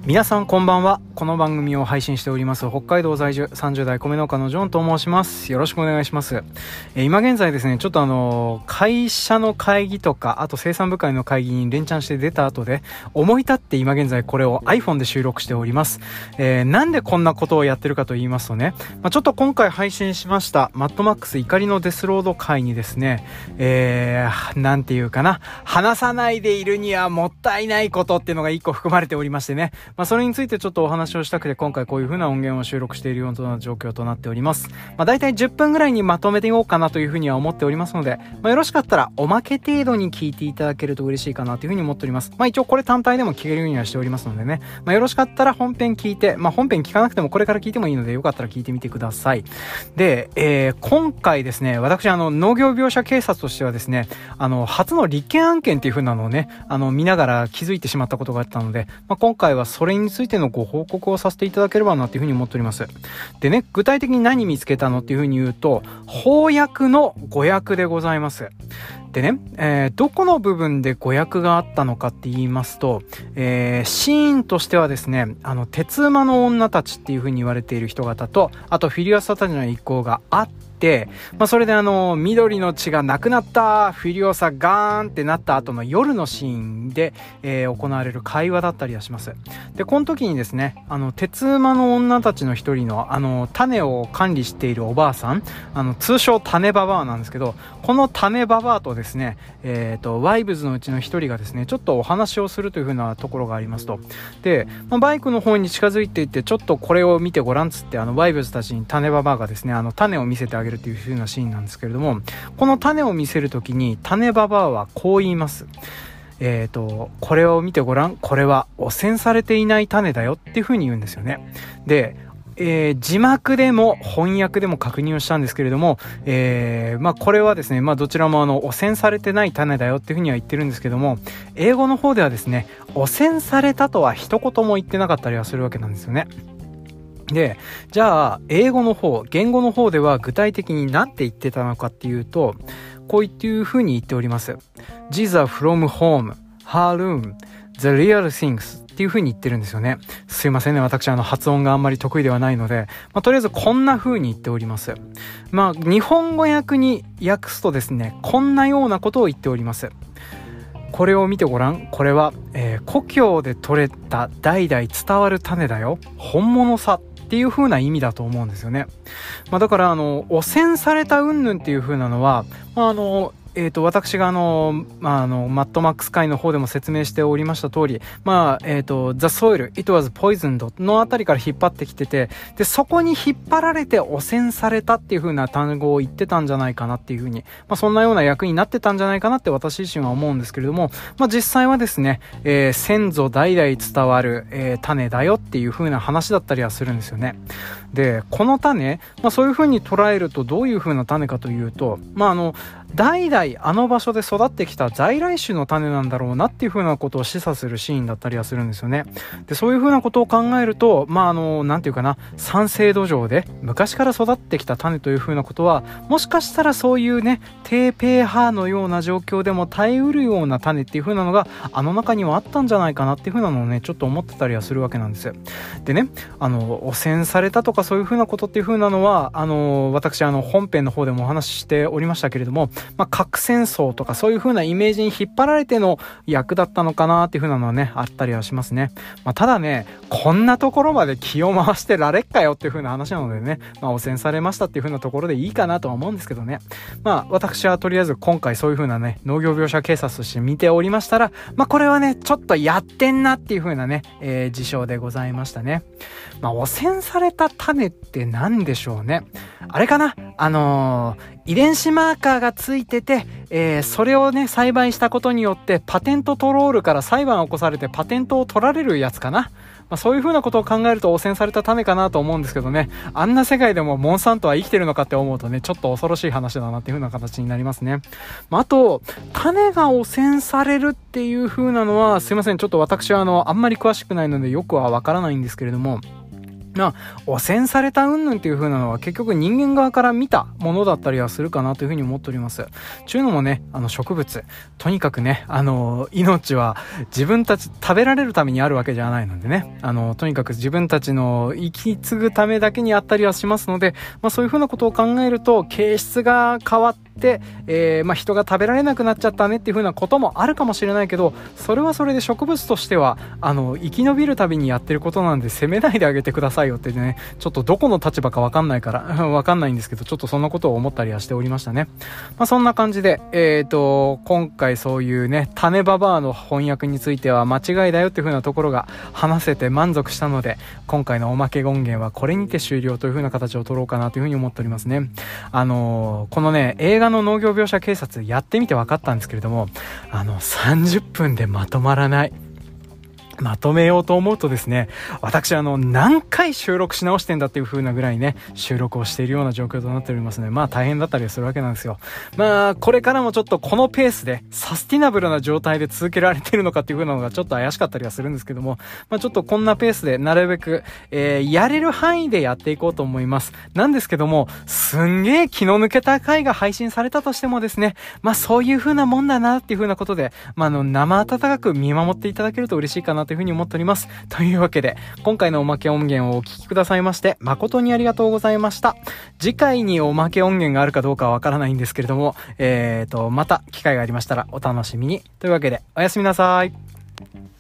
皆さんこんばんは。この番組を配信しております北海道在住30代米農家のジョンと申します。よろしくお願いします。今現在ですね、ちょっと会社の会議とか、あと生産部会の会議に連チャンして出た後で思い立って今現在これを iPhone で収録しております。なんでこんなことをやってるかと言いますとね、ちょっと今回配信しましたマッドマックス怒りのデスロード会にですね、なんていうかな、話さないでいるにはもったいないことっていうのが一個含まれておりましてね、それについてちょっとお話をしたくて今回こういう風な音源を収録しているような状況となっております。だいたい10分ぐらいにまとめていこうかなという風には思っておりますので、よろしかったらおまけ程度に聞いていただけると嬉しいかなという風に思っております。一応これ単体でも聞けるようにはしておりますのでね、よろしかったら本編聞いて、本編聞かなくてもこれから聞いてもいいのでよかったら聞いてみてください。で、今回ですね、私農業描写警察としてはですね、初の立件案件っていう風なのをね、見ながら気づいてしまったことがあったので、今回はそれについてのご報告をさせていただければなというふうに思っております。でね、具体的に何見つけたのっていうふうに言うと、翻訳の誤訳でございます。でね、どこの部分で誤訳があったのかって言いますと、シーンとしてはですね、鉄馬の女たちっていう風に言われている人々と、あとフィリオサたちの一行があって、それで緑の血がなくなったフィリオサガーンってなった後の夜のシーンで、行われる会話だったりはします。で、この時にですね、鉄馬の女たちの一人の種を管理しているおばあさん、通称種ババアなんですけど、この種ババアとですね、ワイブズのうちの一人がですね、ちょっとお話をするという風なところがありますと。で、バイクの方に近づいていって、ちょっとこれを見てごらんつって、ワイブズたちに種ババアがですね、種を見せてあげるという風なシーンなんですけれども、この種を見せるときに、種ババアはこう言います。これを見てごらん。これは汚染されていない種だよっていう風に言うんですよね。で、字幕でも翻訳でも確認をしたんですけれども、これはですね、どちらも汚染されてない種だよっていうふうには言ってるんですけども、英語の方ではですね、汚染されたとは一言も言ってなかったりはするわけなんですよね。で、じゃあ言語の方では具体的に何て言ってたのかっていうと、こういうふうに言っております。These are from home, her room, the real thingsっていう風に言ってるんですよね。すいませんね、私発音があんまり得意ではないので、とりあえずこんな風に言っております。日本語訳に訳すとですね、こんなようなことを言っております。これを見てごらん。これは、故郷で採れた代々伝わる種だよ。本物さっていう風な意味だと思うんですよね。だから汚染された云々っていう風なのは、私がマッドマックス会の方でも説明しておりました通り、The soil, it was poisoned のあたりから引っ張ってきてて、で、そこに引っ張られて汚染されたっていう風な単語を言ってたんじゃないかなっていう風に、そんなような役になってたんじゃないかなって私自身は思うんですけれども、実際はですね、先祖代々伝わる、種だよっていう風な話だったりはするんですよね。で、この種、そういう風に捉えるとどういう風な種かというと、代々場所で育ってきた在来種の種なんだろうなっていう風なことを示唆するシーンだったりはするんですよね。で、そういう風なことを考えると、なんていうかな、酸性土壌で昔から育ってきた種という風なことは、もしかしたらそういうね、低 pH のような状況でも耐えうるような種っていう風なのが中にはあったんじゃないかなっていう風なのをね、ちょっと思ってたりはするわけなんです。でね、汚染されたとかそういう風なことっていう風なのは、私本編の方でもお話ししておりましたけれども、核戦争とかそういう風なイメージに引っ張られての役だったのかなっていう風なのはね、あったりはしますね。ただね、こんなところまで気を回してられっかよっていう風な話なのでね、汚染されましたっていう風なところでいいかなとは思うんですけどね。私はとりあえず今回そういう風なね、農業描写警察として見ておりましたら、これはね、ちょっとやってんなっていう風なね、事象でございましたね。汚染された種って何でしょうね。あれかな、遺伝子マーカーがついてて、それをね、栽培したことによってパテントトロールから裁判を起こされてパテントを取られるやつかな。そういう風なことを考えると汚染された種かなと思うんですけどね、あんな世界でもモンサントは生きてるのかって思うとね、ちょっと恐ろしい話だなっていう風な形になりますね。あと、種が汚染されるっていう風なのは、すいません、ちょっと私はあんまり詳しくないのでよくはわからないんですけれども、 汚染された云々っていう風なのは結局人間側から見たものだったりはするかなという風に思っております。ちゅうのもね、植物、とにかくね、命は自分たち食べられるためにあるわけじゃないのでね、とにかく自分たちの生き継ぐためだけにあったりはしますので、そういう風なことを考えると、形質が変わって、人が食べられなくなっちゃったねっていう風なこともあるかもしれないけど、それはそれで植物としては、生き延びるためにやってることなんで責めないであげてくださいよってね、ちょっとどこの立場かわかんないからわかんないんですけど、ちょっとそんなことを思ったりはしておりましたね。そんな感じで、今回そういうね、種ババアの翻訳については間違いだよっていう風なところが話せて満足したので、今回のおまけ音源はこれにて終了という風な形を取ろうかなという風に思っておりますね。このね、映画の農業描写警察やってみて分かったんですけれども、30分でまとまらない。まとめようと思うとですね、私何回収録し直してんだっていう風なぐらいね、収録をしているような状況となっておりますので、大変だったりするわけなんですよ。これからもちょっとこのペースでサスティナブルな状態で続けられているのかっていう風なのがちょっと怪しかったりはするんですけども、ちょっとこんなペースでなるべく、やれる範囲でやっていこうと思います。なんですけども、すんげー気の抜けた回が配信されたとしてもですね、そういう風なもんだなっていう風なことで、生温かく見守っていただけると嬉しいかなというふうに思っております。というわけで、今回のおまけ音源をお聞きくださいまして誠にありがとうございました。次回におまけ音源があるかどうかはわからないんですけれども、また機会がありましたらお楽しみに。というわけで、おやすみなさい。